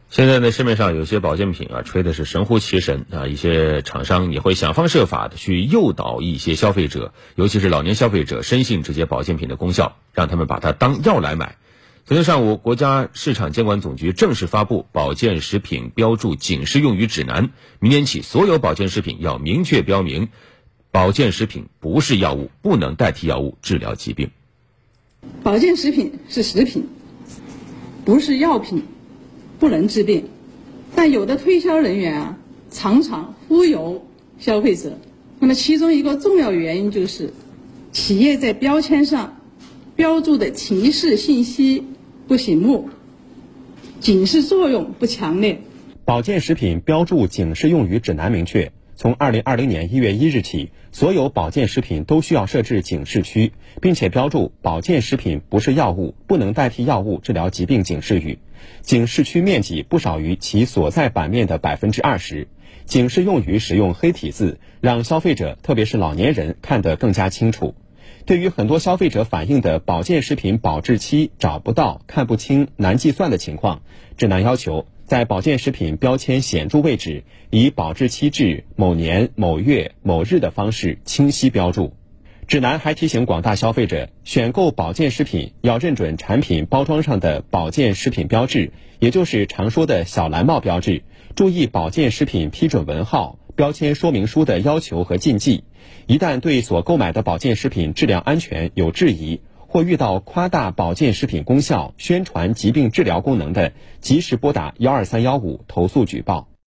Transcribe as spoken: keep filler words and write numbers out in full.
现在呢，市面上有些保健品啊，吹的是神乎其神啊，一些厂商也会想方设法的去诱导一些消费者，尤其是老年消费者，深信这些保健品的功效，让他们把它当药来买。昨天上午，国家市场监管总局正式发布《保健食品标注警示用语指南》，明年起，所有保健食品要明确标明，保健食品不是药物，不能代替药物治疗疾病。 保健食品是食品，不是药品，不能治病。但有的推销人员啊，常常忽悠消费者。那么其中一个重要原因就是，企业在标签上标注的提示信息不醒目，警示作用不强烈。 保健食品标注警示用语指南明确，从二零二零年一月一日起，所有保健食品都需要设置警示区，并且标注保健食品不是药物，不能代替药物治疗疾病警示语。警示区面积不少于其所在版面的百分之二十。警示用语使用黑体字，让消费者特别是老年人看得更加清楚。对于很多消费者反映的保健食品保质期找不到、看不清、难计算的情况，指南要求在保健食品标签显著位置，以保质期至某年某月某日的方式清晰标注。指南还提醒广大消费者，选购保健食品要认准产品包装上的保健食品标志，也就是常说的小蓝帽标志，注意保健食品批准文号、标签说明书的要求和禁忌。一旦对所购买的保健食品质量安全有质疑，或遇到夸大保健食品功效、宣传疾病治疗功能的，及时拨打一二三一五投诉举报。